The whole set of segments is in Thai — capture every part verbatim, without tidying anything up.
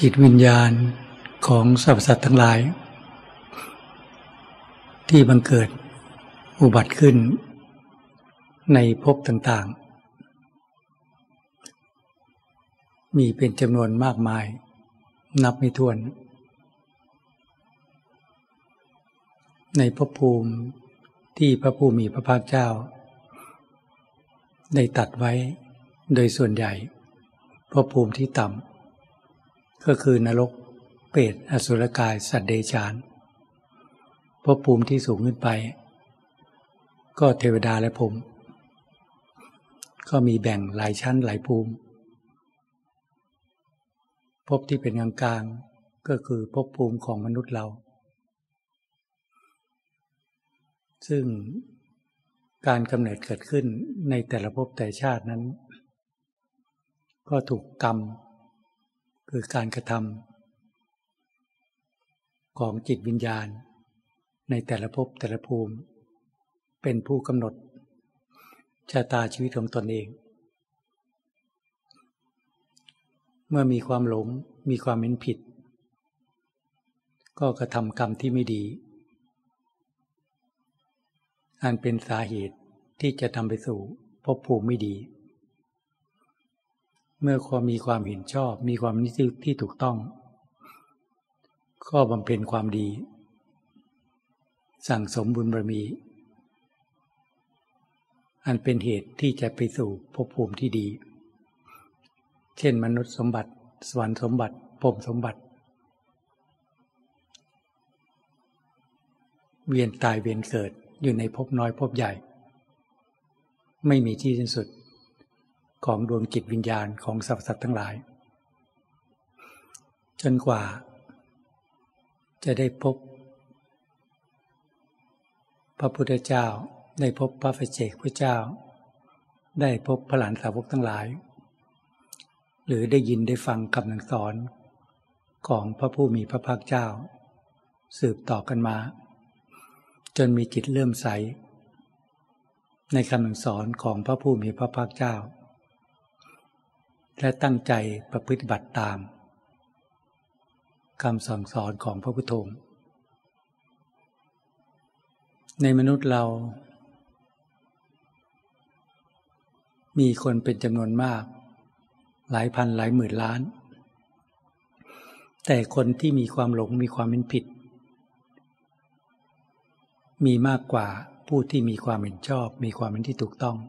จิตวิญญาณของสรรพสัตว์ทั้งหลายที่บังเกิดอุบัติขึ้นในภพต่างๆมีเป็นจำนวนมากมายนับไม่ถ้วนในภพภูมิที่พระผู้มีพระภาคเจ้าได้ตัดไว้โดยส่วนใหญ่ภพภูมิที่ต่ำก็คือนรกเปรตอสุรกายสัตว์เดรัจฉานภพภูมิที่สูงขึ้นไปก็เทวดาและพรหมก็มีแบ่งหลายชั้นหลายภูมิภพที่เป็นกลางๆก็คือภพภูมิของมนุษย์เราซึ่งการกำเนิดเกิดขึ้นในแต่ละภพแต่ละชาตินั้นก็ถูกกรรมคือการกระทำของจิตวิญญาณในแต่ละภพแต่ละภูมิเป็นผู้กำหนดชะตาชีวิตของตนเองเมื่อมีความหลงมีความเห็นผิดก็กระทำกรรมที่ไม่ดีอันเป็นสาเหตุที่จะนำไปสู่ภพภูมิไม่ดีเมื่อความมีความเห็นชอบมีความนิสัยที่ถูกต้องก็บำเพ็ญความดีสั่งสมบุญบารมีอันเป็นเหตุที่จะไปสู่ภพภูมิที่ดีเช่นมนุษย์สมบัติสวรรค์สมบัติพรหมสมบัติเวียนตายเวียนเกิดอยู่ในภพน้อยภพใหญ่ไม่มีที่สิ้นสุดของดวงจิตวิญญาณของสรรพสัตว์ทั้งหลายจนกว่าจะได้พบพระพุทธเจ้าได้พบพระปัจเจกพุทธเจ้าได้พบพระหลานสาวกทั้งหลายหรือได้ยินได้ฟังคำสั่งสอนของพระผู้มีพระภาคเจ้าสืบต่อกันมาจนมีจิตเลื่อมใสในคำสั่งสอนของพระผู้มีพระภาคเจ้าและตั้งใจประพฤติบัติตามคำสั่งสอนของพระพุทธองค์ในมนุษย์เรามีคนเป็นจำนวนมากหลายพันหลายหมื่นล้านแต่คนที่มีความหลงมีความเห็นผิดมีมากกว่าผู้ที่มีความเห็นชอบมีความเห็นที่ถูกต้อง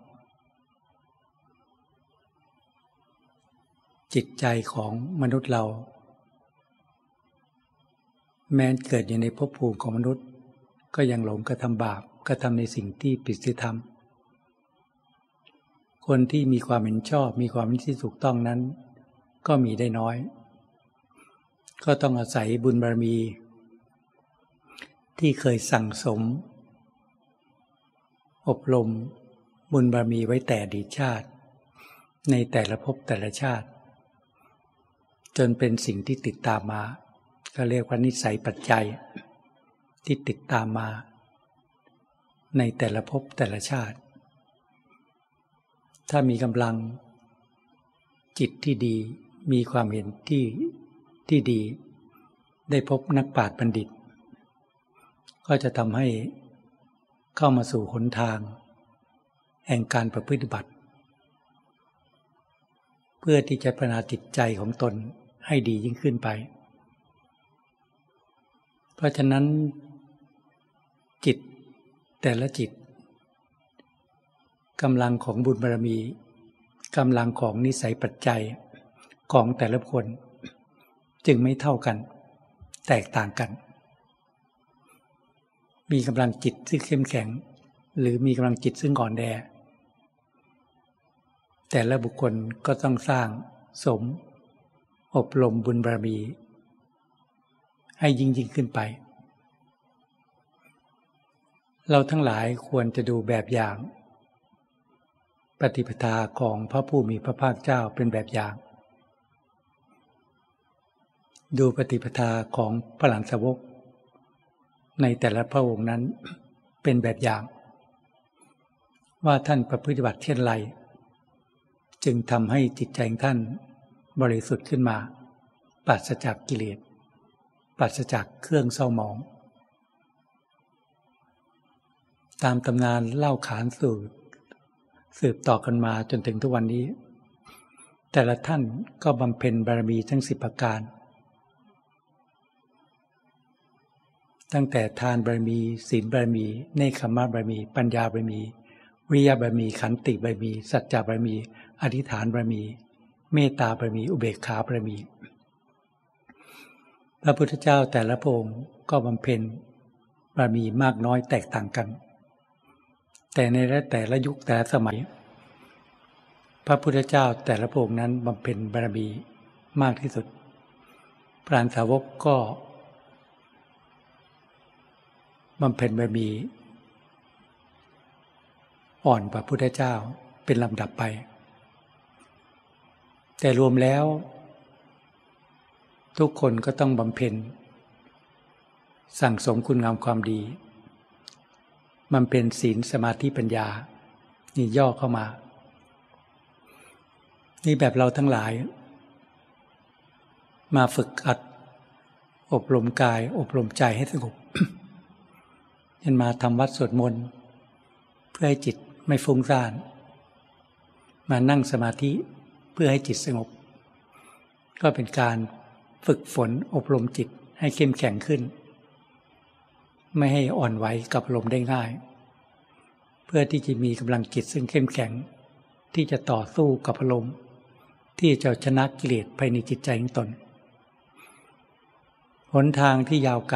จิตใจของมนุษย์เราแม้เกิดอยู่ในภพภูมิของมนุษย์ก็ยังหลงกระทำบาปกระทำในสิ่งที่ผิดศีลธรรมคนที่มีความเห็นชอบมีความเห็นที่ถูกต้องนั้นก็มีได้น้อยก็ต้องอาศัยบุญบารมีที่เคยสั่งสมอบรมบุญบารมีไว้แต่อดีตชาติในแต่ละภพแต่ละชาติจนเป็นสิ่งที่ติดตามมาก็เรียกว่านิสัยปัจจัยที่ติดตามมาในแต่ละภพแต่ละชาติถ้ามีกำลังจิตที่ดีมีความเห็นที่ที่ดีได้พบนักปราชญ์บัณฑิตก็จะทำให้เข้ามาสู่หนทางแห่งการประพฤติบัติเพื่อที่จะพัฒนาจิตใจของตนให้ดียิ่งขึ้นไปเพราะฉะนั้นจิตแต่ละจิตกำลังของบุญบารมีกำลังของนิสัยปัจจัยของแต่ละคนจึงไม่เท่ากันแตกต่างกันมีกำลังจิตซึ่งเข้มแข็งหรือมีกำลังจิตซึ่งอ่อนแอแต่ละบุคคลก็ต้องสร้างสมอบรมบุญบารมีให้ยิ่งยิ่งขึ้นไปเราทั้งหลายควรจะดูแบบอย่างปฏิปทาของพระผู้มีพระภาคเจ้าเป็นแบบอย่างดูปฏิปทาของพระหลานสาวกในแต่ละพระองค์นั้นเป็นแบบอย่างว่าท่านประพฤติบัติเช่นไรจึงทำให้จิตใจของท่านบริสุทธิ์ขึ้นมาปราศจากกิเลสปราศจากเครื่องเศร้าหมองตามตำนานเล่าขานสืบสืบต่อกันมาจนถึงทุกวันนี้แต่ละท่านก็บำเพ็ญบารมีทั้งสิบประการตั้งแต่ทานบารมีศีลบารมีเนกขัมมะบารมีปัญญาบารมีวิริยะบารมีขันติบารมีสัจจะบารมีอธิษฐานบารมีเมตตาบารมีอุเบกขาบารมีพระพุทธเจ้าแต่ละพระองค์ก็บำเพ็ญบารมีมากน้อยแตกต่างกันแต่ในแต่ละยุคแต่ละสมัยพระพุทธเจ้าแต่ละพระองค์นั้นบำเพ็ญบารมีมากที่สุดพระอรหันตสาวกก็บำเพ็ญบารมีอ่อนกว่าพุทธเจ้าเป็นลำดับไปแต่รวมแล้วทุกคนก็ต้องบำเพ็ญสั่งสมคุณงามความดีบำเพ็ญศีลสมาธิปัญญานี่ย่อเข้ามานี่แบบเราทั้งหลายมาฝึกหัดอบรมกายอบรมใจให้สงบ เช่นมาทำวัดสวดมนต์เพื่อให้จิตไม่ฟุ้งซ่านมานั่งสมาธิเพื่อให้จิตสงบก็เป็นการฝึกฝนอบรมจิตให้เข้มแข็งขึ้นไม่ให้อ่อนไหวกับอารมณ์ได้ง่ายเพื่อที่จะมีกำลังจิตซึ่งเข้มแข็งที่จะต่อสู้กับอารมณ์ที่จะชนะกิเลสภายในจิตใจของตนหนทางที่ยาวไกล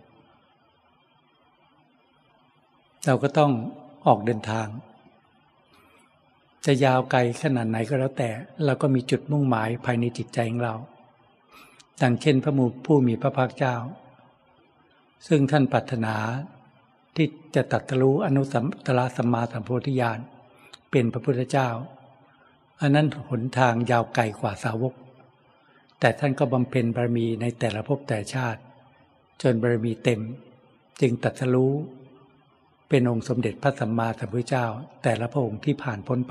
เราก็ต้องออกเดินทางจะยาวไกลขนาดไหนก็แล้วแต่เราก็มีจุดมุ่งหมายภายในจิตใจของเราดังเช่นพระผู้มีพระภาคเจ้าซึ่งท่านปรารถนาที่จะตรัสรู้อนุตตรสัมมาสัมโพธิญาณเป็นพระพุทธเจ้าอันนั้นหนทางยาวไกลกว่าสาวกแต่ท่านก็บำเพ็ญบารมีในแต่ละภพแต่ชาติจนบารมีเต็มจึงตรัสรู้เป็นองค์สมเด็จพระสัมมาสัมพุทธเจ้าแต่ละพระองค์ที่ผ่านพ้นไป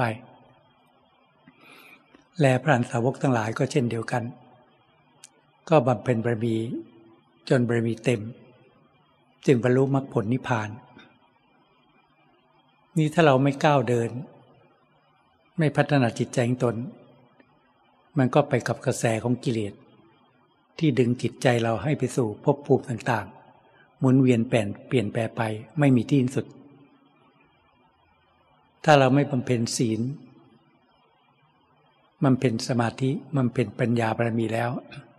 และพระอรหันตสาวกทั้งหลายก็เช่นเดียวกันก็บำเพ็ญบารมีจนบารมีเต็มจึงบรรลุมรรคผลนิพพานนี่ถ้าเราไม่ก้าวเดินไม่พัฒนาจิตใจของตนมันก็ไปกับกระแสของกิเลสที่ดึงจิตใจเราให้ไปสู่ภพภูมิต่างๆหมุนเวียนเปลี่ยนเปลี่ยนแปลไปไม่มีที่สิ้นสุดถ้าเราไม่บำเพ็ญศีลบำเพ็ญสมาธิบำเพ็ญปัญญาบารมีแล้ว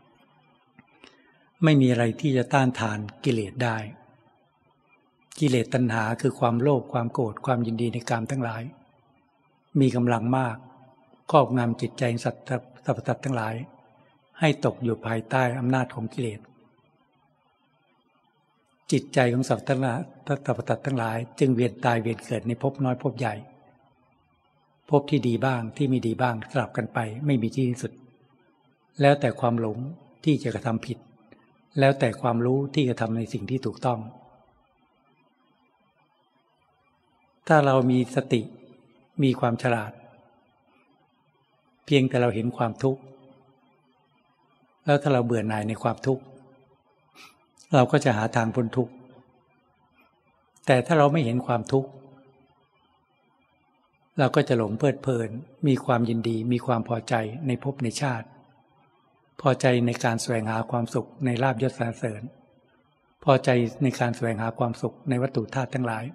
ไม่มีอะไรที่จะต้านทานกิเลสได้กิเลสตัณหาคือความโลภความโกรธความยินดีในกามทั้งหลายมีกำลังมากครอบงำจิตใจสัตว์สรรพสัตว์ทั้งหลายให้ตกอยู่ภายใต้อำนาจของกิเลสจิตใจของสัตว์ทั้งหลายสรรพสัตว์ทั้งหลายจึงเวียนตายเวียนเกิดในภพน้อยภพใหญ่ภพที่ดีบ้างที่ไม่ดีบ้างสลับกันไปไม่มีที่สิ้นสุดแล้วแต่ความหลงที่จะกระทำผิดแล้วแต่ความรู้ที่จะทำในสิ่งที่ถูกต้องถ้าเรามีสติมีความฉลาดเพียงแต่เราเห็นความทุกข์แล้วถ้าเราเบื่อหน่ายในความทุกข์เราก็จะหาทางพ้นทุกข์แต่ถ้าเราไม่เห็นความทุกข์เราก็จะหลงเพลิดเพลินมีความยินดีมีความพอใจในภพในชาติพอใจในการแสวงหาความสุขในลาภยศสรรเสริญพอใจในการแสวงหาความสุขในวัตถุธาตุทั้งหลาย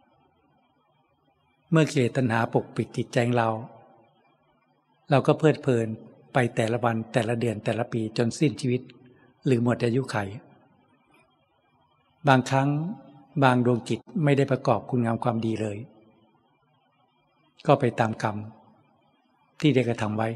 เมื่อกิเลสตัณหาปกปิดจิตใจเราเราก็เพลิดเพลินไปแต่ละวันแต่ละเดือนแต่ละปีจนสิ้นชีวิตหรือหมดอายุไขบางครั้งบางดวงจิตไม่ได้ประกอบคุณงามความดีเลยก็ไปตามกรรมที่ได้กระทำไว้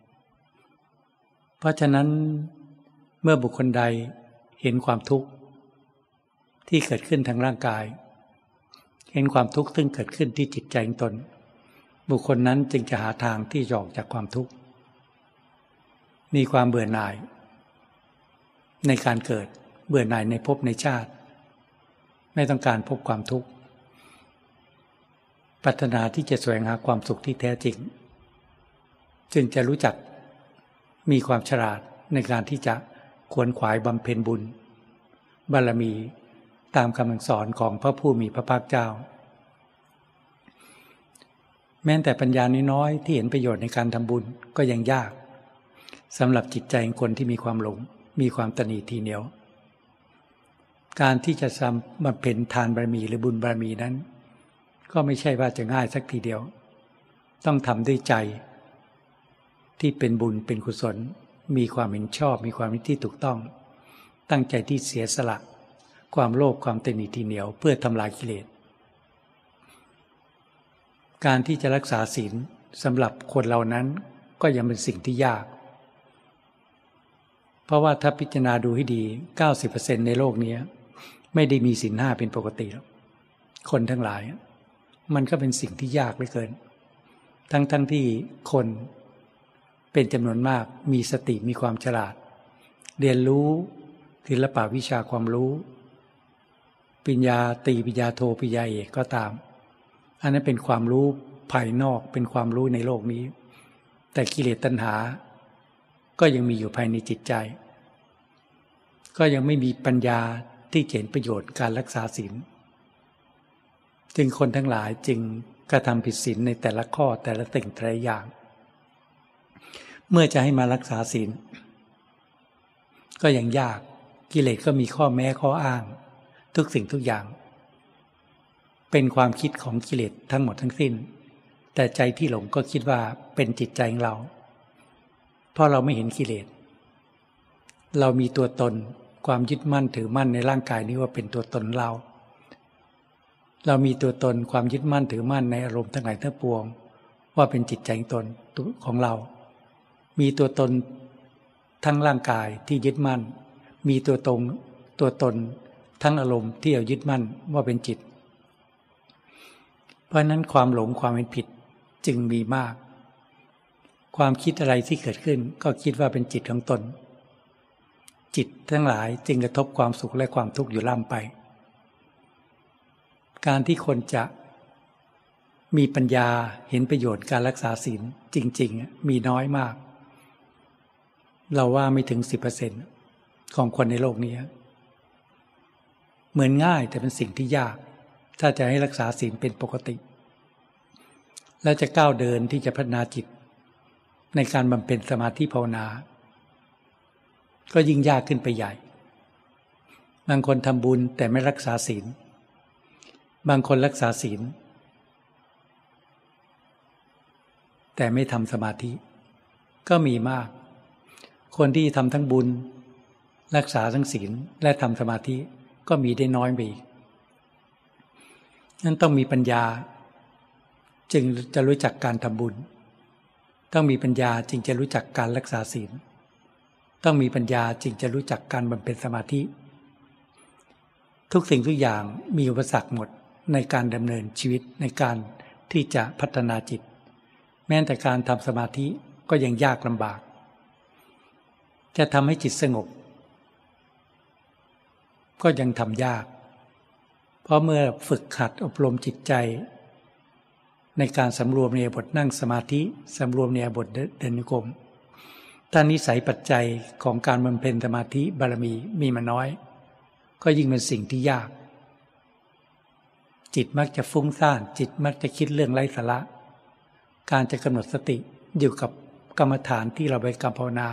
เพราะฉะนั้นเมื่อบุคคลใดเห็นความทุกข์ที่เกิดขึ้นทางร่างกายเห็นความทุกข์ซึ่งเกิดขึ้นที่จิตใจของตนบุคคลนั้นจึงจะหาทางที่จะออกจากความทุกข์มีความเบื่อหน่ายในการเกิดเบื่อหน่ายในภพในชาติไม่ต้องการพบความทุกข์ปรารถนาที่จะแสวงหาความสุขที่แท้จริงจึงจะรู้จักมีความฉลาดในการที่จะขวนขวายบำเพ็ญบุญบารมีตามคำสอนของพระผู้มีพระภาคเจ้าแม้แต่ปัญญาน้อยๆที่เห็นประโยชน์ในการทำบุญก็ยังยากสำหรับจิตใจของคนที่มีความหลงมีความตณีทีเหนียวการที่จะทำบำเพ็ญทานบารมีหรือบุญบารมีนั้นก็ไม่ใช่ว่าจะง่ายสักทีเดียวต้องทำด้วยใจที่เป็นบุญเป็นกุศลมีความเห็นชอบมีความคิดที่ถูกต้องตั้งใจที่เสียสละความโลภความตณีทีเหนียวเพื่อทำลายกิเลสการที่จะรักษาศีลสำหรับคนเหล่านั้นก็ยังเป็นสิ่งที่ยากเพราะว่าถ้าพิจารณาดูให้ดี เก้าสิบเปอร์เซ็นต์ ในโลกนี้ไม่ได้มีศีลห้าเป็นปกติหรอกคนทั้งหลายมันก็เป็นสิ่งที่ยากเหลือเกินทั้งทั้งที่คนเป็นจำนวนมากมีสติมีความฉลาดเรียนรู้ศิลปะวิชาความรู้ปริญญาตรีปริญญาโทปริญญาเอกก็ตามอันนั้นเป็นความรู้ภายนอกเป็นความรู้ในโลกนี้แต่กิเลสตัณหาก็ยังมีอยู่ภายในจิตใจก็ยังไม่มีปัญญาที่เห็นประโยชน์การรักษาศีลจึงคนทั้งหลายจึงกระทำผิดศีลในแต่ละข้อแต่ละสิ่งแต่ละอย่างเมื่อจะให้มารักษาศีลก็ยังยากกิเลสก็มีข้อแม้ข้ออ้างทุกสิ่งทุกอย่างเป็นความคิดของกิเลสทั้งหมดทั้งสิ้นแต่ใจที่หลงก็คิดว่าเป็นจิตใจของเราเพราะเราไม่เห็นกิเลสเรามีตัวตนความยึดมั่นถือมั่นในร่างกายนี้ว่าเป็นตัวตนเราเรามีตัวตนความยึดมั่นถือมั่นในอารมณ์ทั้งหลายทั้งปวงว่าเป็นจิตใจตนของเรามีตัวตนทั้งร่างกายที่ยึดมั่นมีตัวตนตัวตนทั้งอารมณ์ที่เรายึดมั่นว่าเป็นจิตเพราะนั้นความหลงความเป็นผิดจึงมีมากความคิดอะไรที่เกิดขึ้นก็คิดว่าเป็นจิตของตนจิตทั้งหลายจึงกระทบความสุขและความทุกข์อยู่ล่ำไปการที่คนจะมีปัญญาเห็นประโยชน์การรักษาศีลจริงๆมีน้อยมากเราว่าไม่ถึง สิบเปอร์เซ็นต์ ของคนในโลกนี้เหมือนง่ายแต่เป็นสิ่งที่ยากถ้าจะให้รักษาศีลเป็นปกติและจะก้าวเดินที่จะพัฒนาจิตในการบำเพ็ญสมาธิภาวนาก็ยิ่งยากขึ้นไปใหญ่บางคนทำบุญแต่ไม่รักษาศีลบางคนรักษาศีลแต่ไม่ทำสมาธิก็มีมากคนที่ทำทั้งบุญรักษาทั้งศีลและทำสมาธิก็มีได้น้อยไปอีกนั้นต้องมีปัญญาจึงจะรู้จักการทำบุญต้องมีปัญญาจึงจะรู้จักการรักษาศีลต้องมีปัญญาจึงจะรู้จักการบำเพ็ญสมาธิทุกสิ่งทุกอย่างมีอุปสรรคหมดในการดำเนินชีวิตในการที่จะพัฒนาจิตแม้แต่การทำสมาธิก็ยังยากลำบากจะทำให้จิตสงบก็ยังทำยากเพราะเมื่อฝึกหัดอบรมจิตใจในการสำรวมในบทนั่งสมาธิสำรวมในบทเดินจงกรมถ้านิสัยปัจจัยของการบำเพ็ญสมาธิบารมีมีมาน้อยก็ยิ่งเป็นสิ่งที่ยากจิตมักจะฟุ้งซ่านจิตมักจะคิดเรื่องไร้สาระการจะกำหนดสติอยู่กับกรรมฐานที่เราไปกรรมภาวนา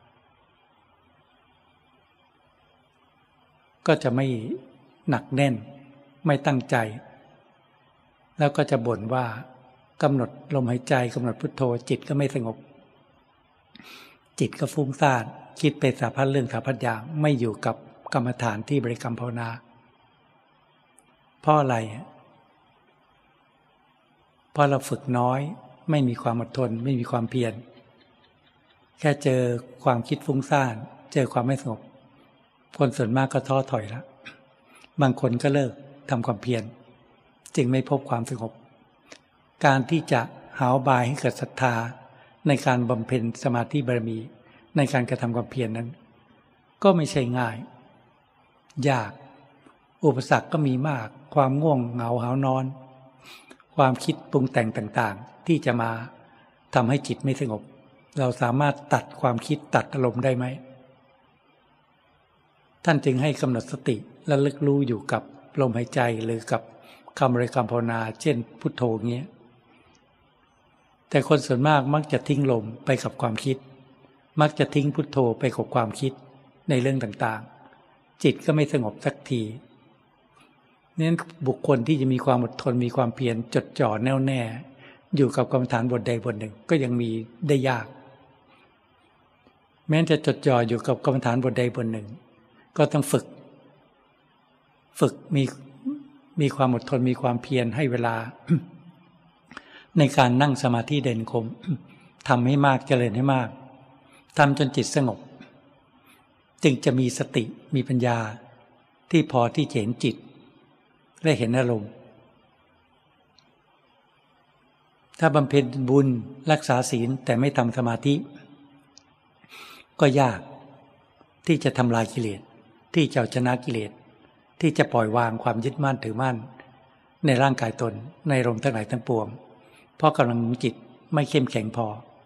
ก็จะไม่หนักแน่นไม่ตั้งใจแล้วก็จะบ่นว่ากำหนดลมหายใจกำหนดพุทโธจิตก็ไม่สงบจิตก็ฟุ้งซ่านคิดไปสารพัดเรื่องสารพัดอย่างไม่อยู่กับกรรมฐานที่บริกรรมภาวนาเพราะอะไรเพราะเราฝึกน้อยไม่มีความอดทนไม่มีความเพียรแค่เจอความคิดฟุ้งซ่านเจอความไม่สงบคนส่วนมากก็ท้อถอยแล้วบางคนก็เลิกทำความเพียรจึงไม่พบความสงบการที่จะหาบายให้เกิดศรัทธาในการบำเพ็ญสมาธิบารมีในการกระทำความเพียร น, นั้นก็ไม่ใช่ง่ายยากอุปสรรคก็มีมากความง่วงเหงาหาวนอนความคิดปรุงแต่งต่างๆที่จะมาทำให้จิตไม่สงบเราสามารถตัดความคิดตัดอารมณ์ได้ไหมท่านจึงให้กำหนดสติและลึกรู้อยู่กับลมหายใจหรือกับคำบริกรรมภาวนาเช่นพุทโธเงี้ยแต่คนส่วนมากมักจะทิ้งลมไปกับความคิดมักจะทิ้งพุทโธไปกับความคิดในเรื่องต่างๆจิตก็ไม่สงบสักทีนั้นบุคคลที่จะมีความอดทนมีความเพียรจดจ่อแน่วแน่อยู่กับกรรมฐานบทใดบทหนึ่งก็ยังมีได้ยากแม้จะจดจ่ออยู่กับกรรมฐานบทใดบทหนึ่งก็ต้องฝึกฝึกมีมีความอดทนมีความเพียรให้เวลา ในการนั่งสมาธิเด่นคม ทำให้มากเจริญให้มากทำจนจิตสงบจึงจะมีสติมีปัญญาที่พอที่จะเห็นจิตและเห็นอารมณ์ถ้าบำเพ็ญบุญรักษาศีลแต่ไม่ทำสมาธิก็ยากที่จะทำลายกิเลสที่จะเอาชนะกิเลสที่จะปล่อยวางความยึดมั่นถือมั่นในร่างกายตนในอารมณ์ทั้งหลายทั้งปวงเพราะกำลังจิตไม่เข้มแข็งพอ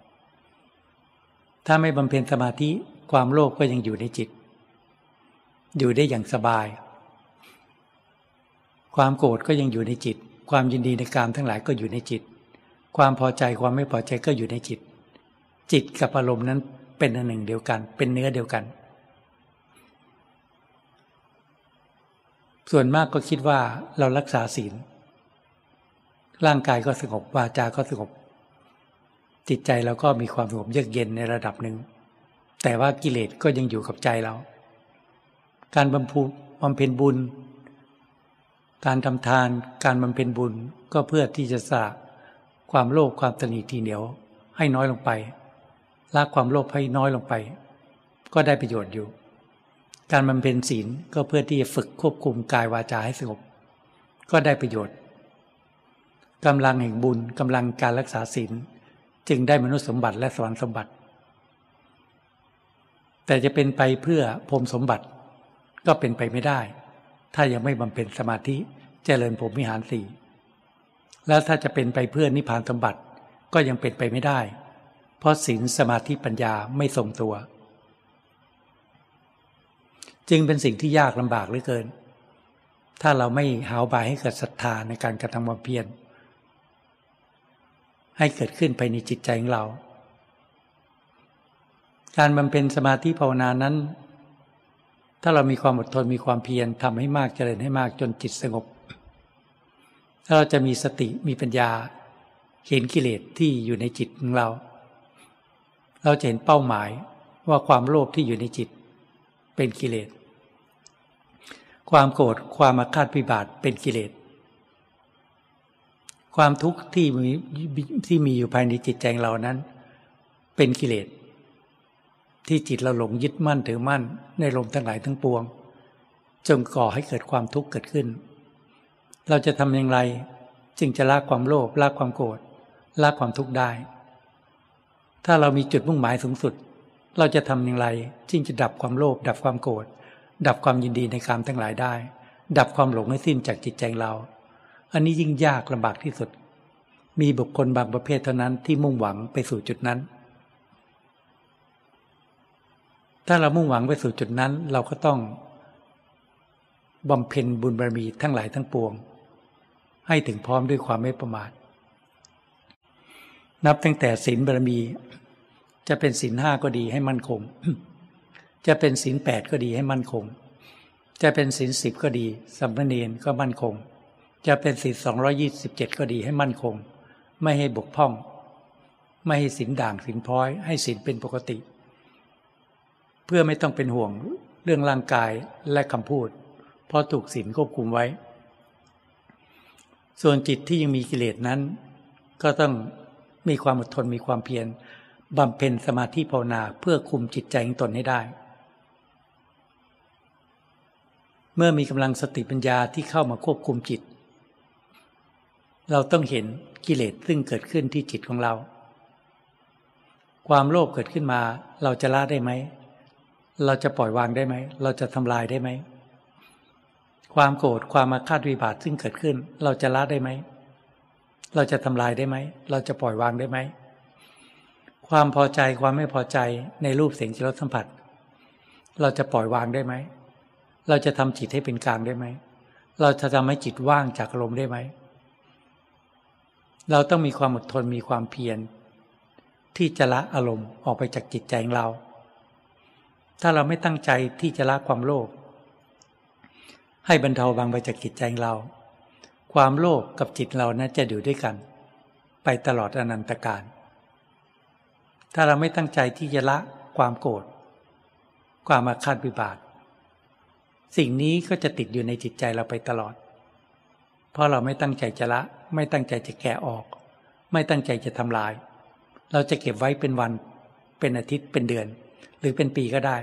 ถ้าไม่บำเพ็ญสมาธิความโลภก็ยังอยู่ในจิตอยู่ได้อย่างสบายความโกรธก็ยังอยู่ในจิตความยินดีในกามทั้งหลายก็อยู่ในจิตความพอใจความไม่พอใจก็อยู่ในจิตจิตกับอารมณ์นั้นเป็นอันหนึ่งเดียวกันเป็นเนื้อเดียวกันส่วนมากก็คิดว่าเรารักษาศีลร่างกายก็สงบวาจาก็สงบจิตใจเราก็มีความสงบเยือกเย็นในระดับหนึ่งแต่ว่ากิเลสก็ยังอยู่กับใจเราการบำพุบำเพ็ญบุญการทำทานการบำเพ็ญบุญก็เพื่อที่จะสละความโลภความตนีทีเหนียวให้น้อยลงไปละความโลภให้น้อยลงไปก็ได้ประโยชน์อยู่การบำเพ็ญศีลก็เพื่อที่จะฝึกควบคุมกายวาจาให้สงบก็ได้ประโยชน์กำลังแห่งบุญกำลังการรักษาศีลจึงได้มนุษย์สมบัติและสวรรค์สมบัติแต่จะเป็นไปเพื่อพรหมสมบัติก็เป็นไปไม่ได้ถ้ายังไม่บำเพ็ญสมาธิเจริญพรหมวิหารสี่แล้วถ้าจะเป็นไปเพื่อนิพพานสมบัติก็ยังเป็นไปไม่ได้เพราะศีลสมาธิปัญญาไม่ทรงตัวจึงเป็นสิ่งที่ยากลำบากเหลือเกินถ้าเราไม่หาอุบายให้เกิดศรัทธาในการกระทำความเพียรให้เกิดขึ้นภายในจิตใจของเราการบำเพ็ญสมาธิภาวนานั้นถ้าเรามีความอดทนมีความเพียรทำให้มากเจริญให้มากจนจิตสงบถ้าเราจะมีสติมีปัญญาเห็นกิเลสที่อยู่ในจิตของเราเราจะเห็นเป้าหมายว่าความโลภที่อยู่ในจิตเป็นกิเลสความโกรธความอาฆาตพยาบาทเป็นกิเลสความทุกข์ที่มีที่มีอยู่ภายในจิตใจเรานั้นเป็นกิเลสที่จิตเราหลงยึดมั่นถือมั่นในลมทั้งหลายทั้งปวงจงก่อให้เกิดความทุกข์เกิดขึ้นเราจะทำอย่างไรจึงจะละความโลภละความโกรธละความทุกข์ได้ถ้าเรามีจุดมุ่งหมายสูงสุดเราจะทำอย่างไรจึงจะดับความโลภดับความโกรธดับความยินดีในกามทั้งหลายได้ดับความหลงให้สิ้นจากจิตใจเราอันนี้ยิ่งยากลำบากที่สุดมีบุคคลบางประเภทเท่านั้นที่มุ่งหวังไปสู่จุดนั้นถ้าเรามุ่งหวังไปสู่จุดนั้นเราก็ต้องบำเพ็ญบุญบารมีทั้งหลายทั้งปวงให้ถึงพร้อมด้วยความไม่ประมาทนับตั้งแต่ศีลบารมีจะเป็นศีลห้าก็ดีให้มั่นคง จะเป็นศีลแปดก็ดีให้มั่นคงจะเป็นศีลสิบก็ดีสามเณรก็มั่นคงจะเป็นศีลสองร้อยยี่สิบเจ็ดก็ดีให้มั่นคงไม่ให้บกพร่องไม่ให้ศีลด่างศีลพร้อยให้ศีลเป็นปกติเพื่อไม่ต้องเป็นห่วงเรื่องร่างกายและคำพูดเพราะถูกศีลควบคุมไว้ส่วนจิตที่ยังมีกิเลสนั้นก็ต้องมีความอดทนมีความเพียรบำเพ็ญสมาธิภาวนาเพื่อคุมจิตใจของตนให้ได้เมื่อมีกำลังสติปัญญาที่เข้ามาควบคุมจิตเราต้องเห็นกิเลสซึ่งเกิดขึ้นที่จิตของเราความโลภเกิดขึ้นมาเราจะละได้ไหมเราจะปล่อยวางได้ไหมเราจะทำลายได้ไหมความโกรธความอาฆาตพยาบาทซึ่งเกิดขึ้นเราจะละได้ไหมเราจะทำลายได้ไหมเราจะปล่อยวางได้ไหมความพอใจความไม่พอใจในรูปเสียงกลิ่นรสสัมผัสเราจะปล่อยวางได้ไหมเราจะทำจิตให้เป็นกลางได้ไหมเราจะทำให้จิตว่างจากอารมณ์ได้ไหมเราต้องมีความอดทนมีความเพียรที่จะละอารมณ์ออกไปจากจิตใจของเราถ้าเราไม่ตั้งใจที่จะละความโลภให้บรรเทาบางไปจากจิตใจของเราความโลภกับจิตเรานะจะอยู่ด้วยกันไปตลอดอนันตกาลถ้าเราไม่ตั้งใจที่จะละความโกรธความอาฆาตพยาบาทสิ่งนี้ก็จะติดอยู่ในจิตใจเราไปตลอดเพราะเราไม่ตั้งใจจะละไม่ตั้งใจจะแกะออกไม่ตั้งใจจะทำลายเราจะเก็บไว้เป็นวันเป็นอาทิตย์เป็นเดือนหรือเป็นปีก็ได้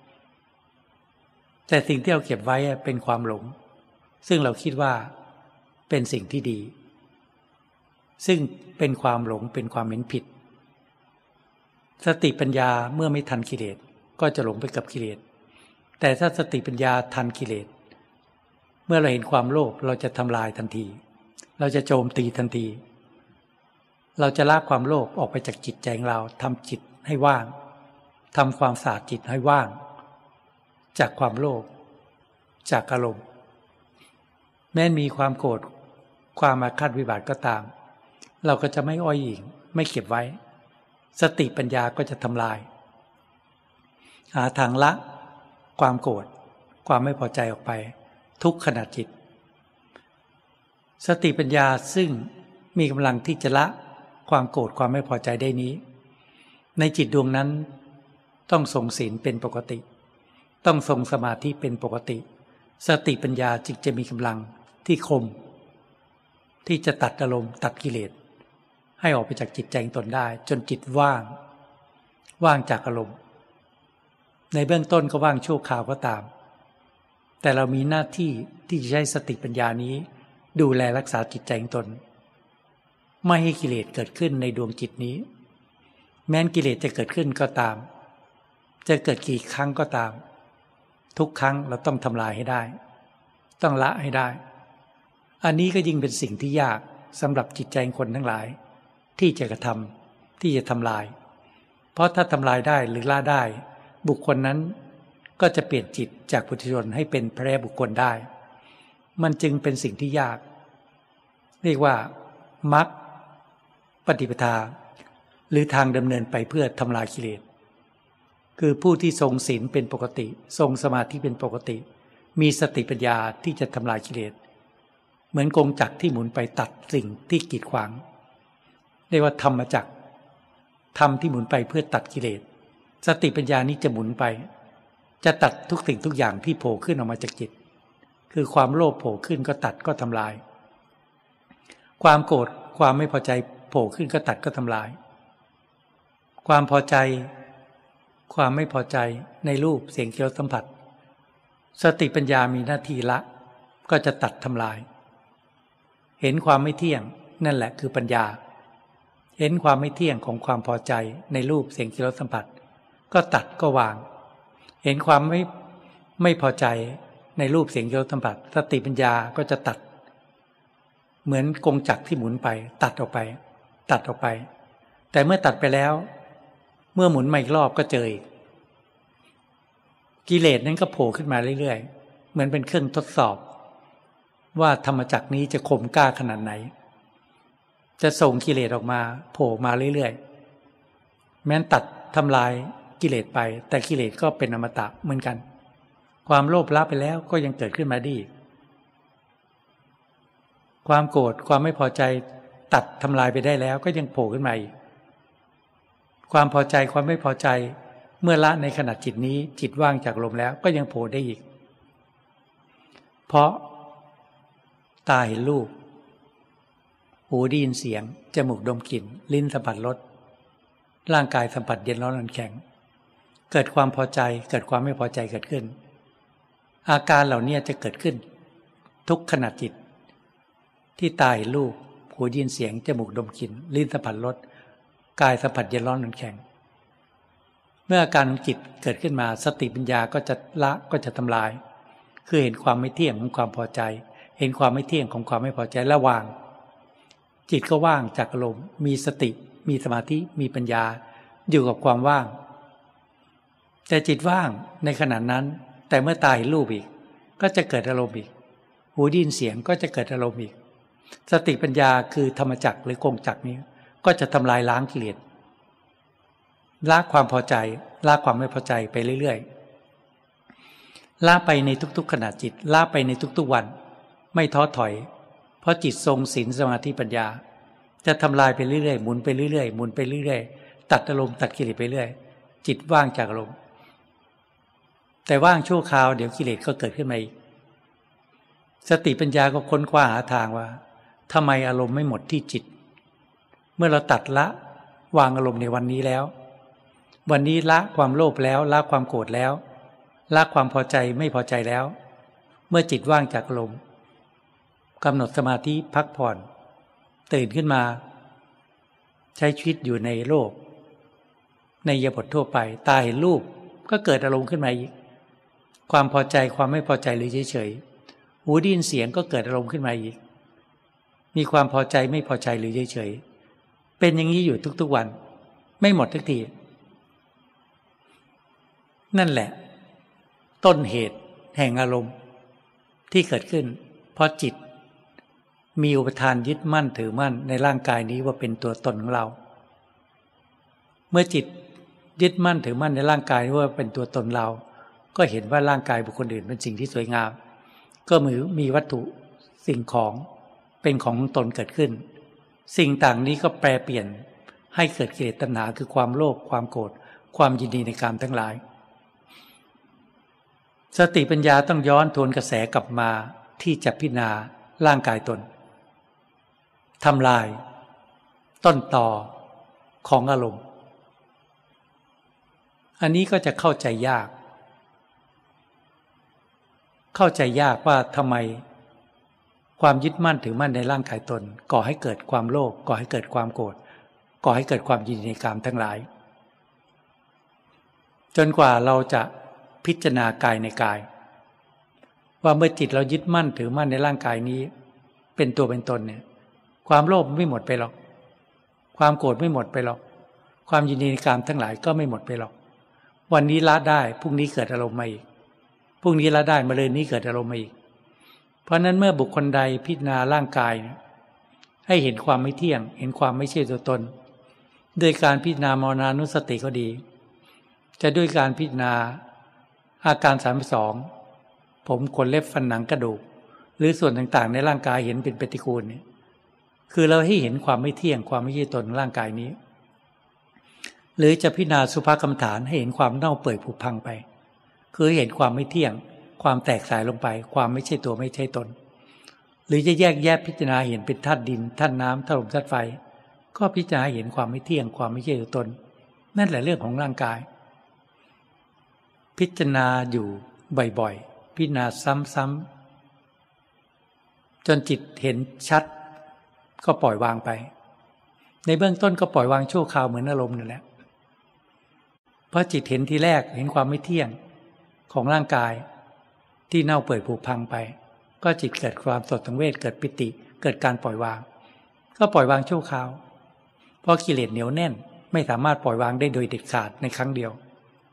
แต่สิ่งที่เราเก็บไว้เป็นความหลงซึ่งเราคิดว่าเป็นสิ่งที่ดีซึ่งเป็นความหลงเป็นความเห็นผิดสติปัญญาเมื่อไม่ทันกิเลสก็จะหลงไปกับกิเลสแต่ถ้าสติปัญญาทันกิเลสเมื่อเราเห็นความโลภเราจะทำลายทันทีเราจะโจมตีทันทีเราจะละความโลภออกไปจากจิตใจของเราทำจิตให้ว่างทำความสะอาดจิตให้ว่างจากความโลภจากอารมณ์แม้มีความโกรธความอาฆาตพยาบาทก็ตามเราก็จะไม่อ้อยอิงไม่เก็บไว้สติปัญญาก็จะทำลายหาทางละความโกรธความไม่พอใจออกไปทุกขณะจิตสติปัญญาซึ่งมีกำลังที่จะละความโกรธความไม่พอใจได้นี้ในจิตดวงนั้นต้องทรงศีลเป็นปกติต้องทรงสมาธิเป็นปกติสติปัญญาจึงจะมีกำลังที่คมที่จะตัดอารมณ์ตัดกิเลสให้ออกไปจากจิตใจตนได้จนจิตว่างว่างจากอารมณ์ในเบื้องต้นก็ว่างชั่วคราวก็ตามแต่เรามีหน้าที่ที่จะใช้สติปัญญานี้ดูแลรักษาจิตใจตนไม่ให้กิเลสเกิดขึ้นในดวงจิตนี้แม้นกิเลสจะเกิดขึ้นก็ตามจะเกิดกี่ครั้งก็ตามทุกครั้งเราต้องทำลายให้ได้ต้องละให้ได้อันนี้ก็ยิ่งเป็นสิ่งที่ยากสำหรับจิตใจคนทั้งหลายที่จะกระทำที่จะทำลายเพราะถ้าทำลายได้หรือละได้บุคคลนั้นก็จะเปลี่ยนจิตจากปุถุชนให้เป็นพระอริยบุคคลได้มันจึงเป็นสิ่งที่ยากเรียกว่ามรรคปฏิปทาหรือทางดำเนินไปเพื่อทำลายกิเลสคือผู้ที่ทรงศีลเป็นปกติทรงสมาธิเป็นปกติมีสติปัญญาที่จะทำลายกิเลสเหมือนกงจักรที่หมุนไปตัดสิ่งที่กีดขวางเรียกว่าธรรมจักรธรรมที่หมุนไปเพื่อตัดกิเลสสติปัญญานี้จะหมุนไปจะตัดทุกสิ่งทุกอย่างที่โผล่ขึ้นออกมาจากจิตคือความโลภโผล่ขึ้นก็ตัดก็ทำลายความโกรธความไม่พอใจโผล่ขึ้นก็ตัดก็ทำลายความพอใจความไม่พอใจในรูปเสียงเคี้ยวสัมผัสสติปัญญามีหน้าที่ละก็จะตัดทำลายเห็นความไม่เที่ยงนั่นแหละคือปัญญาเห็นความไม่เที่ยงของความพอใจในรูปเสียงเคี้ยวสัมผัสก็ตัดก็วางเห็นความไม่ไม่พอใจในรูปเสียงเคี้ยวสัมผัสสติปัญญาก็จะตัดเหมือนกงจักรที่หมุนไปตัดออกไปตัดออกไปแต่เมื่อตัดไปแล้วเมื่อหมุนมาอีกรอบก็เจออีกกิเลสนั้นก็โผล่ขึ้นมาเรื่อยๆเหมือนเป็นเครื่องทดสอบว่าธรรมจักรนี้จะคมกล้าขนาดไหนจะส่งกิเลสออกมาโผล่มาเรื่อยๆแม้นตัดทำลายกิเลสไปแต่กิเลสก็เป็นอมตะเหมือนกันความโลภละไปแล้วก็ยังเกิดขึ้นมาได้อีกความโกรธความไม่พอใจตัดทำลายไปได้แล้วก็ยังโผล่ขึ้นมาอีกความพอใจความไม่พอใจเมื่อละในขณะจิตนี้จิตว่างจากลมแล้วก็ยังโผล่ได้อีกเพราะตาเห็นรูปหูได้ยินเสียงจมูกดมกลิ่นลิ้นสัมผัสรสร่างกายสัมผัสเย็นร้อนอ่อนแข็งเกิดความพอใจเกิดความไม่พอใจเกิดขึ้นอาการเหล่านี้จะเกิดขึ้นทุกขณะจิตที่ตาเห็นรูปหูได้ยินเสียงจมูกดมกลิ่นลิ้นสัมผัสรสกายสัมผัสเย็นร้อนอ่อนแข็งเมื่ออาการของจิตเกิดขึ้นมาสติปัญญาก็จะละก็จะทำลายคือเห็นความไม่เที่ยงของความพอใจเห็นความไม่เที่ยงของความไม่พอใจและวางจิตก็ว่างจากอารมณ์มีสติมีสมาธิมีปัญญาอยู่กับความว่างแต่จิตว่างในขณะนั้นแต่เมื่อตาเห็นรูปอีกก็จะเกิดอารมณ์อีกหูได้ยินเสียงก็จะเกิดอารมณ์อีกสติปัญญาคือธรรมจักรหรือกงจักรนี้ก็จะทำลายล้างกิเลสละความพอใจละความไม่พอใจไปเรื่อยๆละไปในทุกๆขณะจิตละไปในทุกๆวันไม่ท้อถอยเพราะจิตทรงศีลสมาธิปัญญาจะทำลายไปเรื่อยๆหมุนไปเรื่อยๆหมุนไปเรื่อยๆตัดอารมณ์ตัดกิเลสไปเรื่อยจิตว่างจากอารมณ์แต่ว่างชั่วคราวเดี๋ยวกิเลสก็เกิดขึ้นมาอีกสติปัญญาก็ค้นคว้าหาทางว่าทำไมอารมณ์ไม่หมดที่จิตเมื่อเราตัดละวางอารมณ์ในวันนี้แล้ววันนี้ละความโลภแล้วละความโกรธแล้วละความพอใจไม่พอใจแล้วเมื่อจิตว่างจากอารมณ์กำหนดสมาธิพักผ่อนตื่นขึ้นมาใช้ชีวิตอยู่ในโลกในอิริยาบถทั่วไปตาเห็นรูปก็เกิดอารมณ์ขึ้นมาอีกความพอใจความไม่พอใจหรือเฉยๆหูได้ยินเสียงก็เกิดอารมณ์ขึ้นมาอีกมีความพอใจไม่พอใจหรือเฉยๆเป็นอย่างนี้อยู่ทุกๆวันไม่หมดทุกทีนั่นแหละต้นเหตุแห่งอารมณ์ที่เกิดขึ้นเพราะจิตมีอุปทานยึดมั่นถือมั่นในร่างกายนี้ว่าเป็นตัวตนของเราเมื่อจิตยึดมั่นถือมั่นในร่างกายว่าเป็นตัวตนเราก็เห็นว่าร่างกายบุคคลอื่นเป็นสิ่งที่สวยงามก็มือมีวัตถุสิ่งของเป็นของตนเกิดขึ้นสิ่งต่างนี้ก็แปรเปลี่ยนให้เกิดกิเลสตัณหาคือความโลภความโกรธความยินดีในกามทั้งหลายสติปัญญาต้องย้อนทวนกระแสกลับมาที่จะพิจารณาร่างกายตนทำลายต้นตอของอารมณ์อันนี้ก็จะเข้าใจยากเข้าใจยากว่าทำไมความยึดมั่นถือมั่นในร่างกายตนก่อให้เกิดความโลภก่อให้เกิดความโกรธก่อให้เกิดความยินดีในกามทั้งหลายจนกว่าเราจะพิจารณากายในกายว่าเมื่อจิตเรายึดมั่นถือมั่นในร่างกายนี้เป็นตัวเป็นตนเนี่ยความโลภไม่หมดไปหรอกความโกรธไม่หมดไปหรอกความยินดีในกามทั้งหลายก็ไม่หมดไปหรอกวันนี้ละได้พรุ่งนี้เกิดอารมณ์มาอีกพรุ่งนี้ละได้มะรืนนี้เกิดอารมณ์มาอีกเพราะนั้นเมื่อบุคคลใดพิจารณาร่างกายให้เห็นความไม่เที่ยงเห็นความไม่ใช่ตัวตนโดยการพิจารณามรณานุสติก็ดีจะด้วยการพิจารณาอาการสามสิบสองผมขนเล็บฟันหนังกระดูกหรือส่วนต่างๆในร่างกายเห็นเป็นปฏิกูลเนี่ยคือเราให้เห็นความไม่เที่ยงความไม่ใช่ตนร่างกายนี้หรือจะพิจารณาสุภกรรมฐานให้เห็นความเน่าเปื่อยผุพังไปคือเห็นความไม่เที่ยงความแตกสายลงไปความไม่ใช่ตัวไม่ใช่ตนหรือจะแยกแยะพิจารณาเห็นเป็นธาตุดินธาตุน้ำธาตุลมธาตุไฟก็พิจารณาเห็นความไม่เที่ยงความไม่ใช่ตัวตนนั่นแหละเรื่องของร่างกายพิจารณาอยู่บ่อยๆพิจารณาซ้ำๆจนจิตเห็นชัดก็ปล่อยวางไปในเบื้องต้นก็ปล่อยวางชั่วคราวเหมือนอารมณ์นั่นแหละเพราะจิตเห็นทีแรกเห็นความไม่เที่ยงของร่างกายที่เน่าเปื่อยผุพังไปก็จิตเกิดความสดสังเวชเกิดปิติเกิดการปล่อยวางก็ปล่อยวางชั่วคราวเพราะกิเลสเหนียวแน่นไม่สามารถปล่อยวางได้โดยเด็ดขาดในครั้งเดียว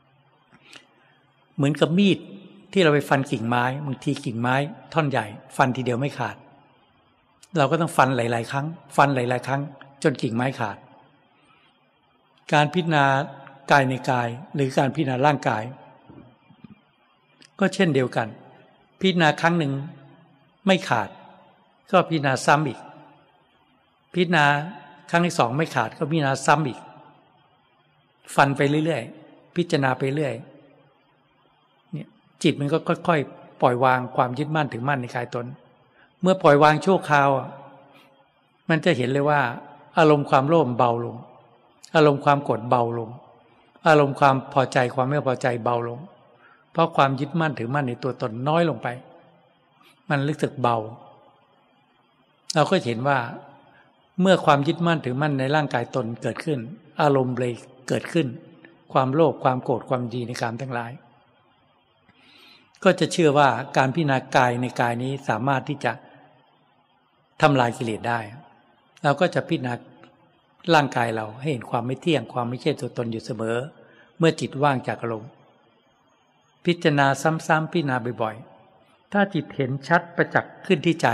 เหมือนกับมีดที่เราไปฟันกิ่งไม้บางทีกิ่งไม้ท่อนใหญ่ฟันทีเดียวไม่ขาดเราก็ต้องฟันหลายๆครั้งฟันหลายๆครั้งจนกิ่งไม้ขาดการพิจารณากายในกายหรือการพิจารณาร่างกายก็เช่นเดียวกันพิจารณาครั้งหนึ่งไม่ขาดก็พิจารณาซ้ำอีกพิจารณาครั้งที่สองไม่ขาดก็พิจารณาซ้ำอีกฟันไปเรื่อยๆพิจารณาไปเรื่อยเนี่ยจิตมันก็ค่อยๆปล่อยวางความยึดมั่นถือมั่นในกายตนเมื่อปล่อยวางชั่วคราวมันจะเห็นเลยว่าอารมณ์ความโลภเบาลงอารมณ์ความโกรธเบาลงอารมณ์ความพอใจความไม่พอใจเบาลงเพราะความยึดมั่นถือมั่นในตัวตนน้อยลงไปมันรู้สึกเบาเราก็เห็นว่าเมื่อความยึดมั่นถือมั่นในร่างกายตนเกิดขึ้นอารมณ์เลยเกิดขึ้นความโลภความโกรธความดีในกามทั้งหลายก็จะเชื่อว่าการพิจารณากายในกายนี้สามารถที่จะทำลายกิเลสได้เราก็จะพิจารณาร่างกายเราให้เห็นความไม่เที่ยงความไม่ใช่ตัวตนอยู่เสมอเมื่อจิตว่างจากอารมณ์พิจารณาซ้ำๆพิจารณาบ่อยถ้าจิตเห็นชัดประจักษ์ขึ้นที่ใจ